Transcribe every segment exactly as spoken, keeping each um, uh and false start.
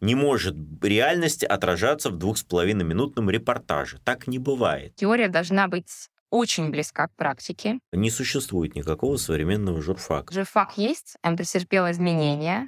Не может реальность отражаться в двух с половиной минутном репортаже. Так не бывает. Теория должна быть очень близка к практике. Не существует никакого современного журфака. Журфак есть, он претерпел изменения.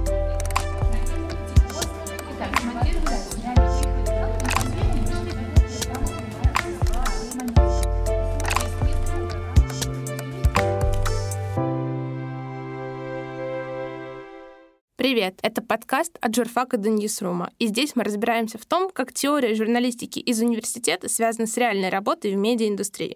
Привет, это подкаст от журфака до Ньюсрума, и здесь мы разбираемся в том, как теория журналистики из университета связана с реальной работой в медиаиндустрии.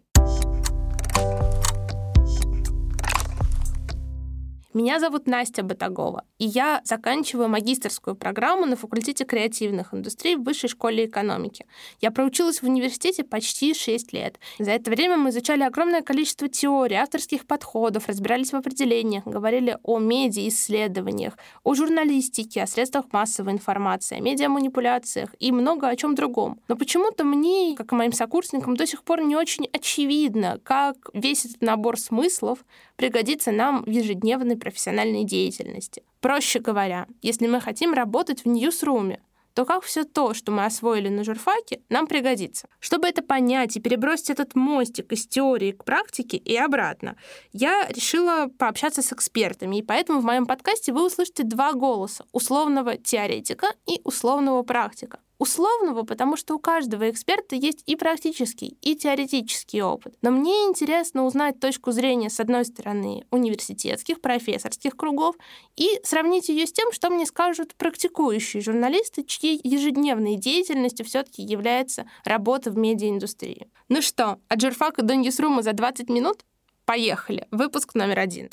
Меня зовут Настя Батагова, и я заканчиваю магистерскую программу на факультете креативных индустрий в Высшей школе экономики. Я проучилась в университете почти шесть лет. За это время мы изучали огромное количество теорий, авторских подходов, разбирались в определениях, говорили о медиаисследованиях, о журналистике, о средствах массовой информации, о медиаманипуляциях и много о чем другом. Но почему-то мне, как и моим сокурсникам, до сих пор не очень очевидно, как весь этот набор смыслов пригодится нам в ежедневной профессиональной деятельности. Проще говоря, если мы хотим работать в ньюсруме, то как все то, что мы освоили на журфаке, нам пригодится. Чтобы это понять и перебросить этот мостик из теории к практике и обратно, я решила пообщаться с экспертами, и поэтому в моем подкасте вы услышите два голоса — условного теоретика и условного практика. Условного, потому что у каждого эксперта есть и практический, и теоретический опыт. Но мне интересно узнать точку зрения, с одной стороны, университетских, профессорских кругов, и сравнить ее с тем, что мне скажут практикующие журналисты, чьей ежедневной деятельностью все-таки является работа в медиаиндустрии. Ну что, от журфака до ньюсрума за двадцать минут? Поехали! Выпуск номер один.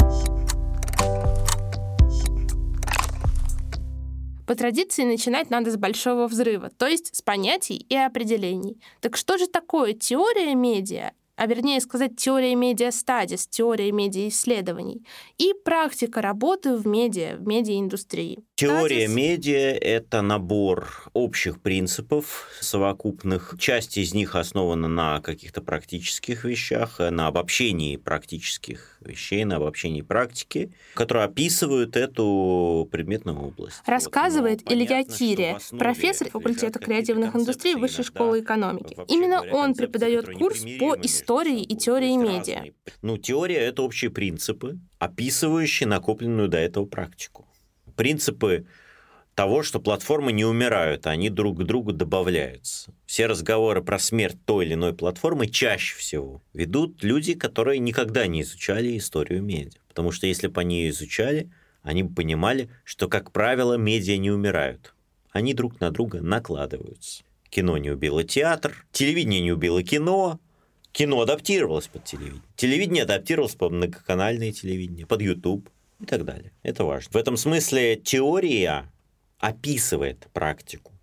По традиции начинать надо с большого взрыва, то есть с понятий и определений. Так что же такое теория медиа, а вернее сказать теория медиа-стадис, теория медиа-исследований, и практика работы в медиа, в медиаиндустрии? Теория медиа — это набор общих принципов совокупных. Часть из них основана на каких-то практических вещах, на обобщении практических вещей, на обобщении практики, которые описывают эту предметную область. Рассказывает вот. Илья Кирия, профессор факультета креативных индустрий Высшей школы экономики. Именно он преподает курс по истории и теории медиа. Ну, теория — это общие принципы, описывающие накопленную до этого практику. Принципы того, что платформы не умирают, они друг к другу добавляются. Все разговоры про смерть той или иной платформы чаще всего ведут люди, которые никогда не изучали историю медиа. Потому что если бы они ее изучали, они бы понимали, что, как правило, медиа не умирают. Они друг на друга накладываются. Кино не убило театр, телевидение не убило кино, кино адаптировалось под телевидение, телевидение адаптировалось под многоканальное телевидение, под YouTube и так далее. Это важно. В этом смысле теория описывает практику,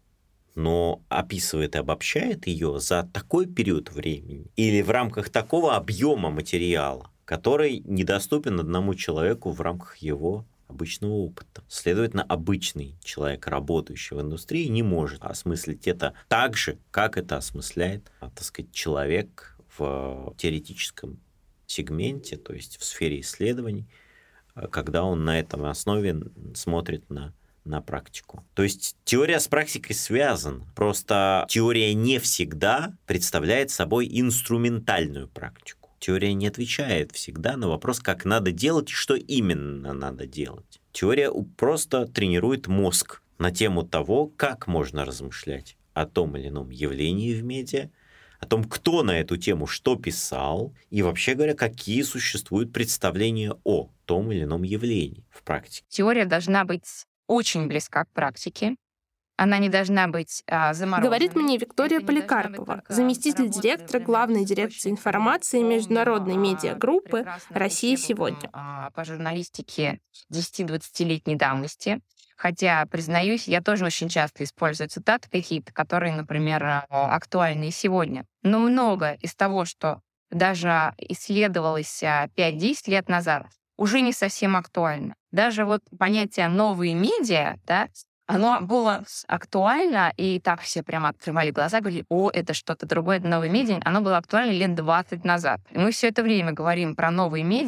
но описывает и обобщает ее за такой период времени или в рамках такого объема материала, который недоступен одному человеку в рамках его обычного опыта. Следовательно, обычный человек, работающий в индустрии, не может осмыслить это так же, как это осмысляет, так сказать, человек в теоретическом сегменте, то есть в сфере исследований, когда он на этом основе смотрит на, на практику. То есть теория с практикой связана. Просто теория не всегда представляет собой инструментальную практику. Теория не отвечает всегда на вопрос, как надо делать и что именно надо делать. Теория просто тренирует мозг на тему того, как можно размышлять о том или ином явлении в медиа, о том, кто на эту тему что писал, и вообще говоря, какие существуют представления о том или ином явлении в практике. Теория должна быть очень близка к практике. Она не должна быть а, замороженной. Говорит мне Виктория Поликарпова, заместитель директора главной дирекции информации международной медиагруппы «Россия сегодня». По журналистике десяти-двадцатилетней давности. Хотя, признаюсь, я тоже очень часто использую цитаты какие-то, которые, например, актуальны и сегодня. Но много из того, что даже исследовалось пять-десять лет назад, уже не совсем актуально. Даже вот понятие «новые медиа», да, оно было актуально, и так все прямо открывали глаза, говорили: о, это что-то другое, это новые медиа. Оно было актуально лет двадцать назад. И мы все это время говорим про новые медиа, но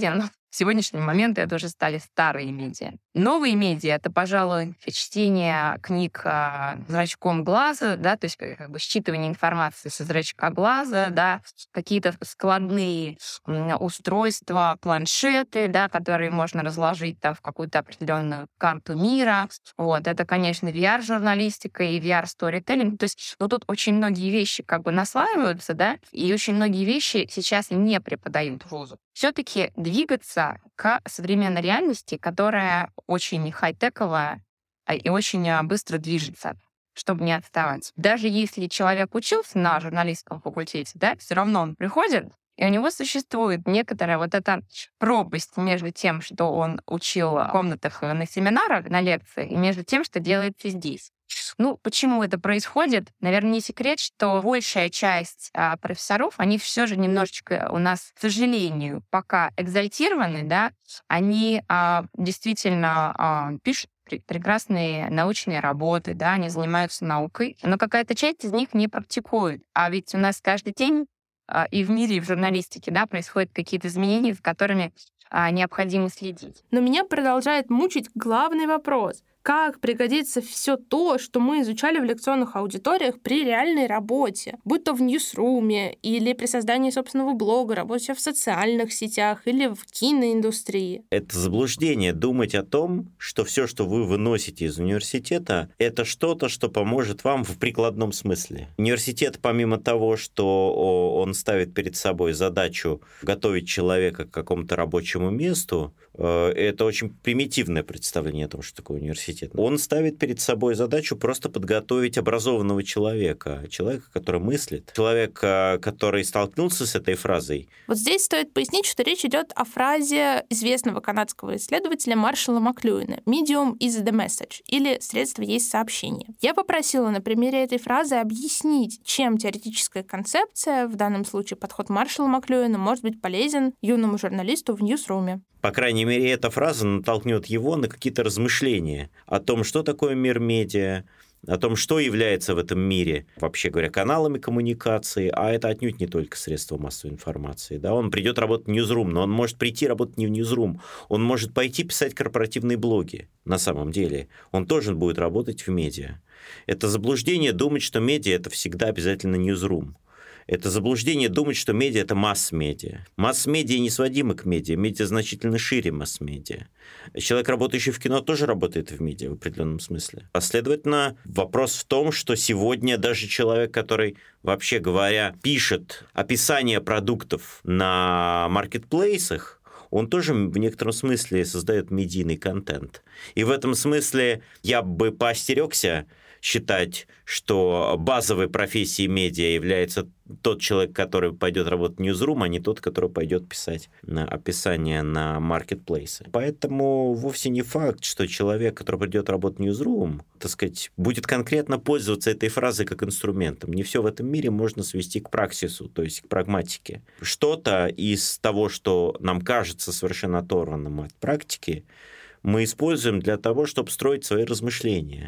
В сегодняшний момент это уже стали старые медиа. Новые медиа — это, пожалуй, чтение книг а, зрачком глаза, да, то есть как бы считывание информации со зрачка глаза, да, какие-то складные м, устройства, планшеты, да, которые можно разложить там в какую-то определенную карту мира. Вот, это, конечно, ви ар-журналистика и ви ар-сторителлинг. То есть, ну, тут очень многие вещи как бы наслаиваются, да, и очень многие вещи сейчас не преподают в вузу. Все-таки двигаться к современной реальности, которая очень хай-тековая а, и очень а, быстро движется, чтобы не отставать. Даже если человек учился на журналистском факультете, да, все равно он приходит, и у него существует некоторая вот эта пропасть между тем, что он учил в комнатах на семинарах, на лекциях, и между тем, что делается здесь. Ну, почему это происходит? Наверное, не секрет, что большая часть а, профессоров, они все же немножечко у нас, к сожалению, пока экзальтированы, да, они а, действительно а, пишут пр- прекрасные научные работы, да, они занимаются наукой, но какая-то часть из них не практикует. А ведь у нас каждый день а, и в мире, и в журналистике, да, происходят какие-то изменения, за которыми а, необходимо следить. Но меня продолжает мучить главный вопрос. Как пригодится все то, что мы изучали в лекционных аудиториях при реальной работе, будь то в ньюсруме или при создании собственного блога, работе в социальных сетях или в киноиндустрии? Это заблуждение думать о том, что все, что вы выносите из университета, это что-то, что поможет вам в прикладном смысле. Университет, помимо того, что он ставит перед собой задачу готовить человека к какому-то рабочему месту, это очень примитивное представление о том, что такое университет. Он ставит перед собой задачу просто подготовить образованного человека, человека, который мыслит, человека, который столкнулся с этой фразой. Вот здесь стоит пояснить, что речь идет о фразе известного канадского исследователя Маршалла Маклюина «Medium is the message» или «Средство есть сообщение». Я попросила на примере этой фразы объяснить, чем теоретическая концепция, в данном случае подход Маршалла Маклюина, может быть полезен юному журналисту в ньюсруме. По крайней мере, эта фраза натолкнет его на какие-то размышления о том, что такое мир медиа, о том, что является в этом мире, вообще говоря, каналами коммуникации, а это отнюдь не только средства массовой информации. Да? Он придет работать в ньюсрум, но он может прийти работать не в ньюсрум, он может пойти писать корпоративные блоги на самом деле. Он тоже будет работать в медиа. Это заблуждение думать, что медиа — это всегда обязательно ньюсрум. Это заблуждение думать, что медиа — это масс-медиа. Масс-медиа не сводимы к медиа. Медиа значительно шире масс-медиа. Человек, работающий в кино, тоже работает в медиа в определенном смысле. А следовательно, вопрос в том, что сегодня даже человек, который, вообще говоря, пишет описание продуктов на маркетплейсах, он тоже в некотором смысле создает медийный контент. И в этом смысле я бы поостерегся считать, что базовой профессией медиа является тот человек, который пойдет работать в ньюсрум, а не тот, который пойдет писать на описание на маркетплейсы. Поэтому вовсе не факт, что человек, который придет работать в ньюсрум, так сказать, будет конкретно пользоваться этой фразой как инструментом. Не все в этом мире можно свести к праксису, то есть к прагматике. Что-то из того, что нам кажется совершенно оторванным от практики, мы используем для того, чтобы строить свои размышления,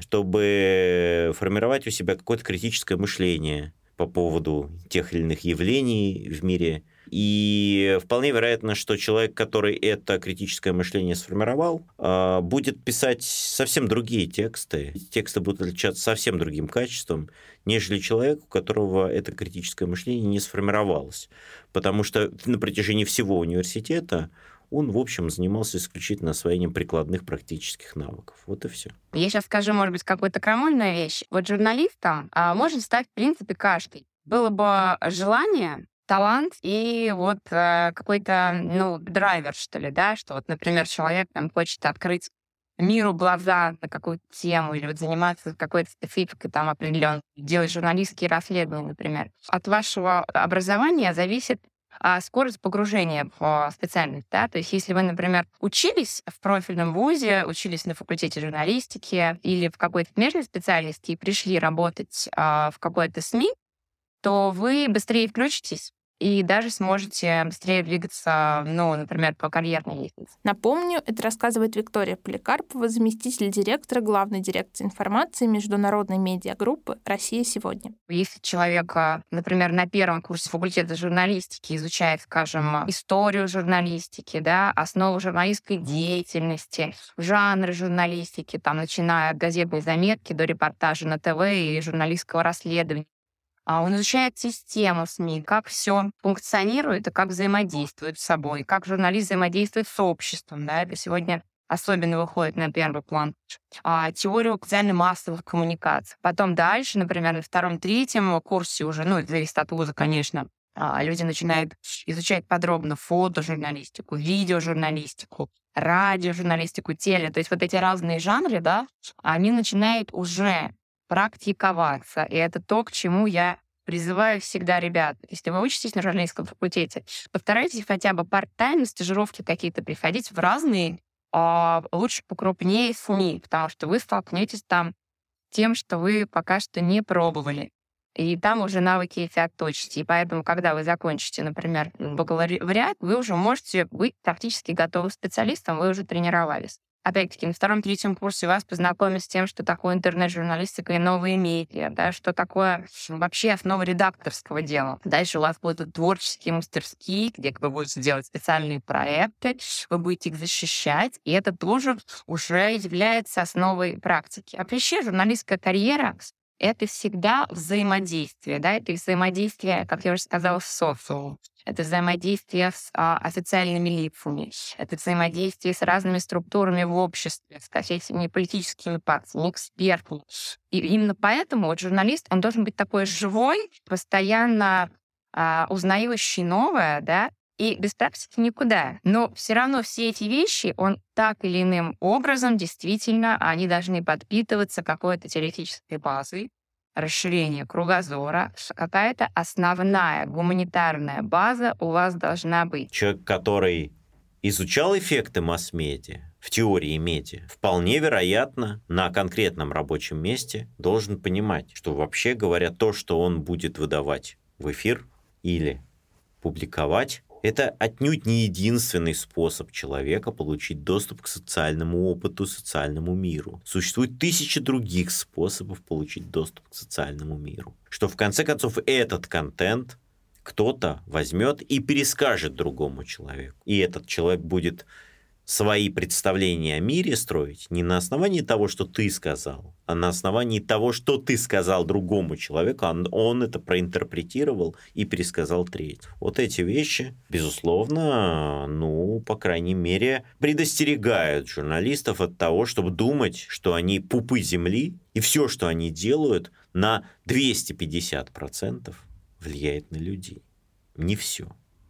чтобы формировать у себя какое-то критическое мышление по поводу тех или иных явлений в мире. И вполне вероятно, что человек, который это критическое мышление сформировал, будет писать совсем другие тексты. Тексты будут отличаться совсем другим качеством, нежели человек, у которого это критическое мышление не сформировалось. Потому что на протяжении всего университета он, в общем, занимался исключительно освоением прикладных практических навыков. Вот и все. Я сейчас скажу, может быть, какую-то крамольную вещь. Вот журналистом а, может стать, в принципе, каждый. Было бы желание, талант и вот а, какой-то, ну, драйвер, что ли, да, что вот, например, человек там хочет открыть миру глаза на какую-то тему или вот заниматься какой-то спецификой там определенной, делать журналистские расследования, например. От вашего образования зависит а скорость погружения в специальность, да, то есть если вы, например, учились в профильном вузе, учились на факультете журналистики или в какой-то смежной специальности и пришли работать а, в какой-то СМИ, то вы быстрее включитесь и даже сможете быстрее двигаться, ну, например, по карьерной лестнице. Напомню, это рассказывает Виктория Поликарпова, заместитель директора главной дирекции информации международной медиагруппы «Россия сегодня». Если человек, например, на первом курсе факультета журналистики изучает, скажем, историю журналистики, да, основу журналистской деятельности, жанры журналистики, там, начиная от газетной заметки до репортажа на ТВ и журналистского расследования, он изучает систему СМИ, как все функционирует и как взаимодействует с собой, как журналист взаимодействует с обществом. Да, это сегодня особенно выходит на первый план. А, теорию социально-массовых коммуникаций. Потом дальше, например, на втором-третьем курсе уже, ну, это зависит от вуза, конечно, а, люди начинают изучать подробно фотожурналистику, видеожурналистику, радиожурналистику, теле. То есть вот эти разные жанры, да, они начинают уже практиковаться. И это то, к чему я призываю всегда ребят. Если вы учитесь на журналистском факультете, постарайтесь хотя бы парт-тайм на стажировки какие-то приходить в разные, а лучше покрупнее СМИ, потому что вы столкнетесь там с тем, что вы пока что не пробовали. И там уже навыки эти отточите. И поэтому, когда вы закончите, например, бакалавриат, вы уже можете быть практически готовым специалистом, вы уже тренировались. Опять-таки, на втором-третьем курсе вас познакомят с тем, что такое интернет-журналистика и новые медиа, да, что такое вообще основа редакторского дела. Дальше у вас будут творческие мастерские, где вы будете делать специальные проекты, вы будете их защищать, и это тоже уже является основой практики. А вообще журналистская карьера — это всегда взаимодействие, да, это взаимодействие, как я уже сказала, с социумом. Это взаимодействие с а, официальными лицами, это взаимодействие с разными структурами в обществе, с всеми политическими партиями, экспертами. И именно поэтому вот журналист, он должен быть такой живой, постоянно а, узнающий новое, да, и без практики никуда. Но все равно все эти вещи, он так или иным образом, действительно, они должны подпитываться какой-то теоретической базой, расширение кругозора, какая-то основная гуманитарная база у вас должна быть. Человек, который изучал эффекты масс-медиа в теории медиа, вполне вероятно, на конкретном рабочем месте должен понимать, что вообще говоря, то, что он будет выдавать в эфир или публиковать, это отнюдь не единственный способ человека получить доступ к социальному опыту, социальному миру. Существует тысячи других способов получить доступ к социальному миру. Что в конце концов этот контент кто-то возьмет и перескажет другому человеку. И этот человек будет свои представления о мире строить не на основании того, что ты сказал, а на основании того, что ты сказал другому человеку, он, он это проинтерпретировал и пересказал третьему. Вот эти вещи, безусловно, ну, по крайней мере, предостерегают журналистов от того, чтобы думать, что они пупы земли, и все, что они делают, на двести пятьдесят процентов влияет на людей. Не все.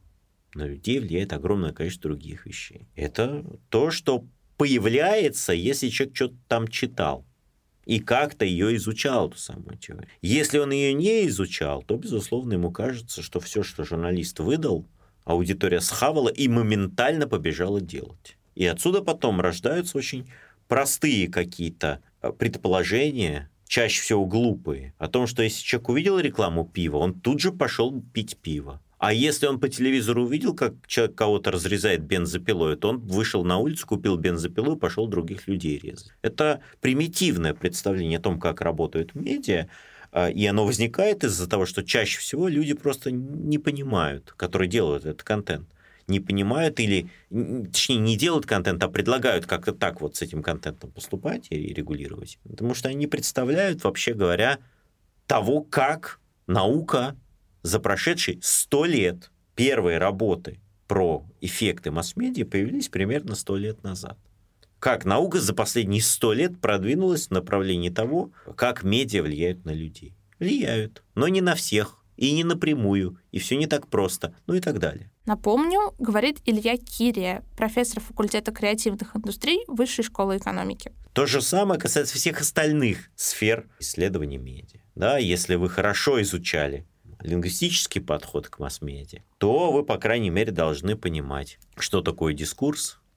На людей влияет огромное количество других вещей. Это то, что появляется, если человек что-то там читал и как-то ее изучал, эту самую теорию. Если он ее не изучал, то, безусловно, ему кажется, что все, что журналист выдал, аудитория схавала и моментально побежала делать. И отсюда потом рождаются очень простые какие-то предположения, чаще всего глупые, о том, что если человек увидел рекламу пива, он тут же пошел пить пиво. А если он по телевизору увидел, как человек кого-то разрезает бензопилой, то он вышел на улицу, купил бензопилу и пошел других людей резать. Это примитивное представление о том, как работают медиа, и оно возникает из-за того, что чаще всего люди просто не понимают, которые делают этот контент. Не понимают или, точнее, не делают контент, а предлагают как-то так вот с этим контентом поступать и регулировать. Потому что они не представляют, вообще говоря, того, как наука за прошедшие сто лет, первые работы про эффекты масс-медиа появились примерно сто лет назад. Как наука за последние сто лет продвинулась в направлении того, как медиа влияют на людей. Влияют, но не на всех, и не напрямую, и все не так просто, ну и так далее. Напомню, говорит Илья Кирия, профессор факультета креативных индустрий Высшей школы экономики. То же самое касается всех остальных сфер исследований медиа. Да, если вы хорошо изучали лингвистический подход к масс-медиа, то вы, по крайней мере, должны понимать, что такое дискурс,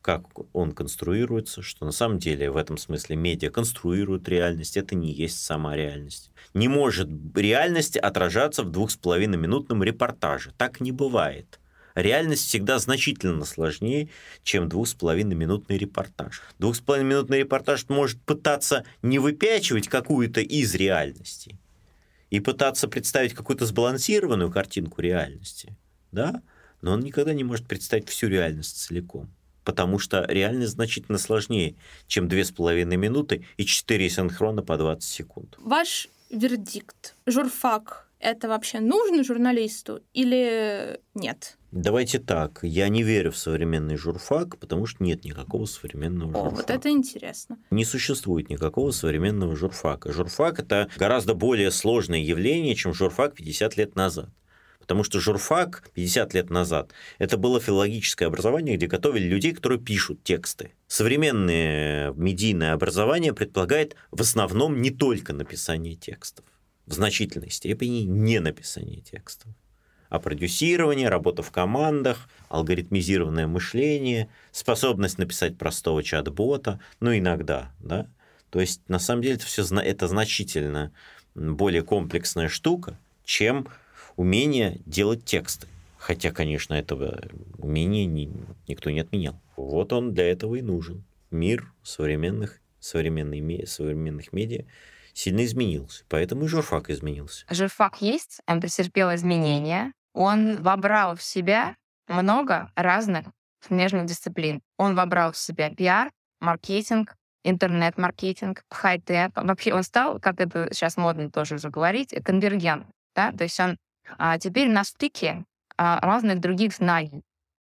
как он конструируется, что на самом деле в этом смысле медиа конструируют реальность, это не есть сама реальность. Не может реальность отражаться в двух с половиной минутном репортаже. Так не бывает. Реальность всегда значительно сложнее, чем двух с половиной минутный репортаж. Двух с половиной минутный репортаж может пытаться не выпячивать какую-то из реальностей и пытаться представить какую-то сбалансированную картинку реальности, да? Но он никогда не может представить всю реальность целиком, потому что реальность значительно сложнее, чем две с половиной минуты и четыре синхрона по двадцать секунд. Ваш вердикт. Журфак — это вообще нужно журналисту или нет? Давайте так. Я не верю в современный журфак, потому что нет никакого современного О, журфака. вот это интересно. Не существует никакого современного журфака. Журфак – это гораздо более сложное явление, чем журфак пятьдесят лет назад. Потому что журфак пятьдесят лет назад – это было филологическое образование, где готовили людей, которые пишут тексты. Современное медийное образование предполагает в основном не только написание текстов. В значительной степени не написание текстов, а продюсирование, работа в командах, алгоритмизированное мышление, способность написать простого чат-бота, ну, иногда, да. То есть, на самом деле, это все это значительно более комплексная штука, чем умение делать тексты. Хотя, конечно, этого умения ни, никто не отменял. Вот он для этого и нужен. Мир современных, современных, современных медиа сильно изменился, поэтому и журфак изменился. Журфак есть, он претерпел изменения, он вобрал в себя много разных смежных дисциплин. Он вобрал в себя пиар, маркетинг, интернет-маркетинг, хай-тек. Вообще он стал, как это сейчас модно тоже уже говорить, конвергент. Да? То есть он а, теперь на стыке а, разных других знаний.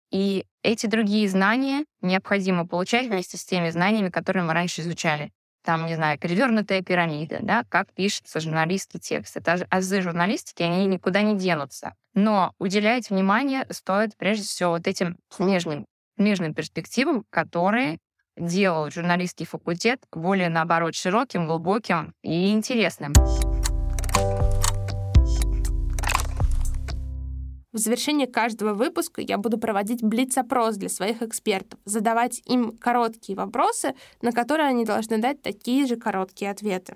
И эти другие знания необходимо получать вместе с теми знаниями, которые мы раньше изучали. Там, не знаю, перевернутая пирамида, да, как пишется журналистский текст. Это азы журналистики, они никуда не денутся. Но уделять внимание стоит прежде всего вот этим смежным, смежным перспективам, которые делают журналистский факультет более, наоборот, широким, глубоким и интересным. В завершении каждого выпуска я буду проводить блиц-опрос для своих экспертов, задавать им короткие вопросы, на которые они должны дать такие же короткие ответы.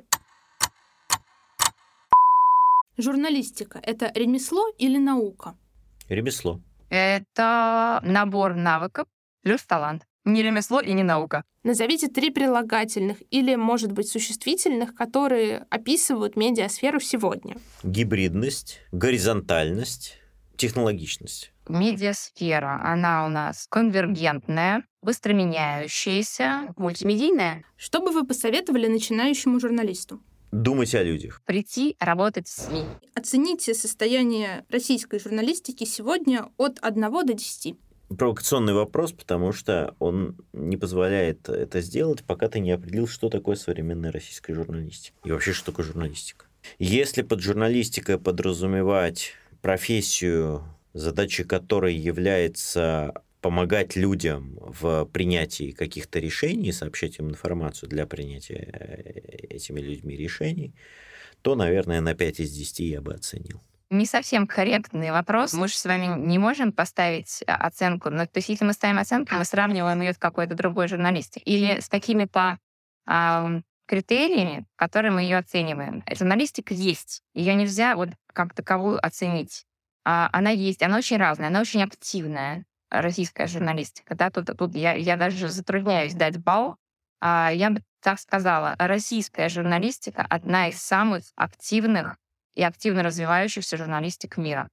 Журналистика — это ремесло или наука? Ремесло. Это набор навыков плюс талант. Не ремесло и не наука. Назовите три прилагательных или, может быть, существительных, которые описывают медиасферу сегодня. Гибридность, горизонтальность, технологичность. Медиасфера, она у нас конвергентная, быстро меняющаяся, мультимедийная. Что бы вы посоветовали начинающему журналисту? Думать о людях. Прийти работать в СМИ. Оцените состояние российской журналистики сегодня от одного до десяти. Провокационный вопрос, потому что он не позволяет это сделать, пока ты не определил, что такое современная российская журналистика. И вообще, что такое журналистика. Если под журналистикой подразумевать профессию, задачей которой является помогать людям в принятии каких-то решений, сообщать им информацию для принятия этими людьми решений, то, наверное, на пять из десяти я бы оценил. Не совсем корректный вопрос. Мы же с вами не можем поставить оценку. Но, то есть, если мы ставим оценку, мы сравниваем ее с какой-то другой журналистикой. Или с какими-то а, критериями, которые мы ее оцениваем. Журналистика есть. Ее нельзя вот как таковую оценить. А, она есть, она очень разная, она очень активная, российская журналистика. Да? Тут, тут я, я даже затрудняюсь дать балл. А, я бы так сказала, российская журналистика — одна из самых активных и активно развивающихся журналистик мира.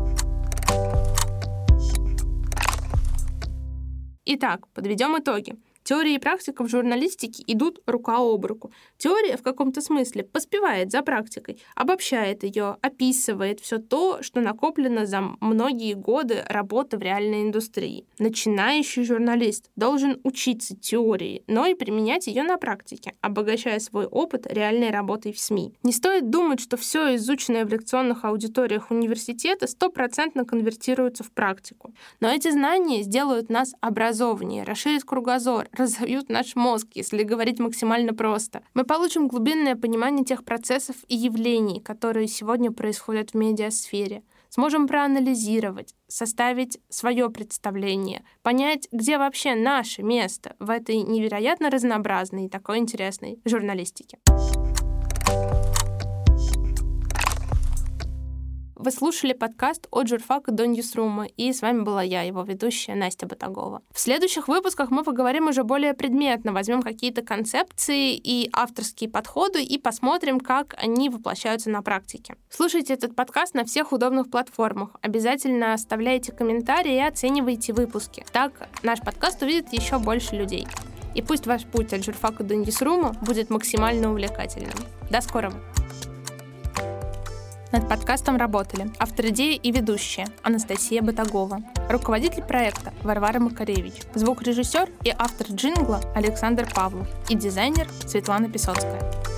Итак, подведем итоги. Теория и практика в журналистике идут рука об руку. Теория в каком-то смысле поспевает за практикой, обобщает ее, описывает все то, что накоплено за многие годы работы в реальной индустрии. Начинающий журналист должен учиться теории, но и применять ее на практике, обогащая свой опыт реальной работой в СМИ. Не стоит думать, что все изученное в лекционных аудиториях университета стопроцентно конвертируется в практику. Но эти знания сделают нас образованнее, расширят кругозор, разовьют наш мозг, если говорить максимально просто. Мы получим глубинное понимание тех процессов и явлений, которые сегодня происходят в медиасфере. сможем проанализировать, составить свое представление, понять, где вообще наше место в этой невероятно разнообразной и такой интересной журналистике. Вы слушали подкаст «От журфака до ньюсрума», и с вами была я, его ведущая Настя Батагова. В следующих выпусках мы поговорим уже более предметно, возьмем какие-то концепции и авторские подходы и посмотрим, как они воплощаются на практике. Слушайте этот подкаст на всех удобных платформах. Обязательно оставляйте комментарии и оценивайте выпуски. Так наш подкаст увидит еще больше людей. И пусть ваш путь от журфака до ньюсрума будет максимально увлекательным. До скорого! Над подкастом работали автор идеи и ведущая Анастасия Батагова, руководитель проекта Варвара Макаревич, звукорежиссер и автор джингла Александр Павлов и дизайнер Светлана Песоцкая.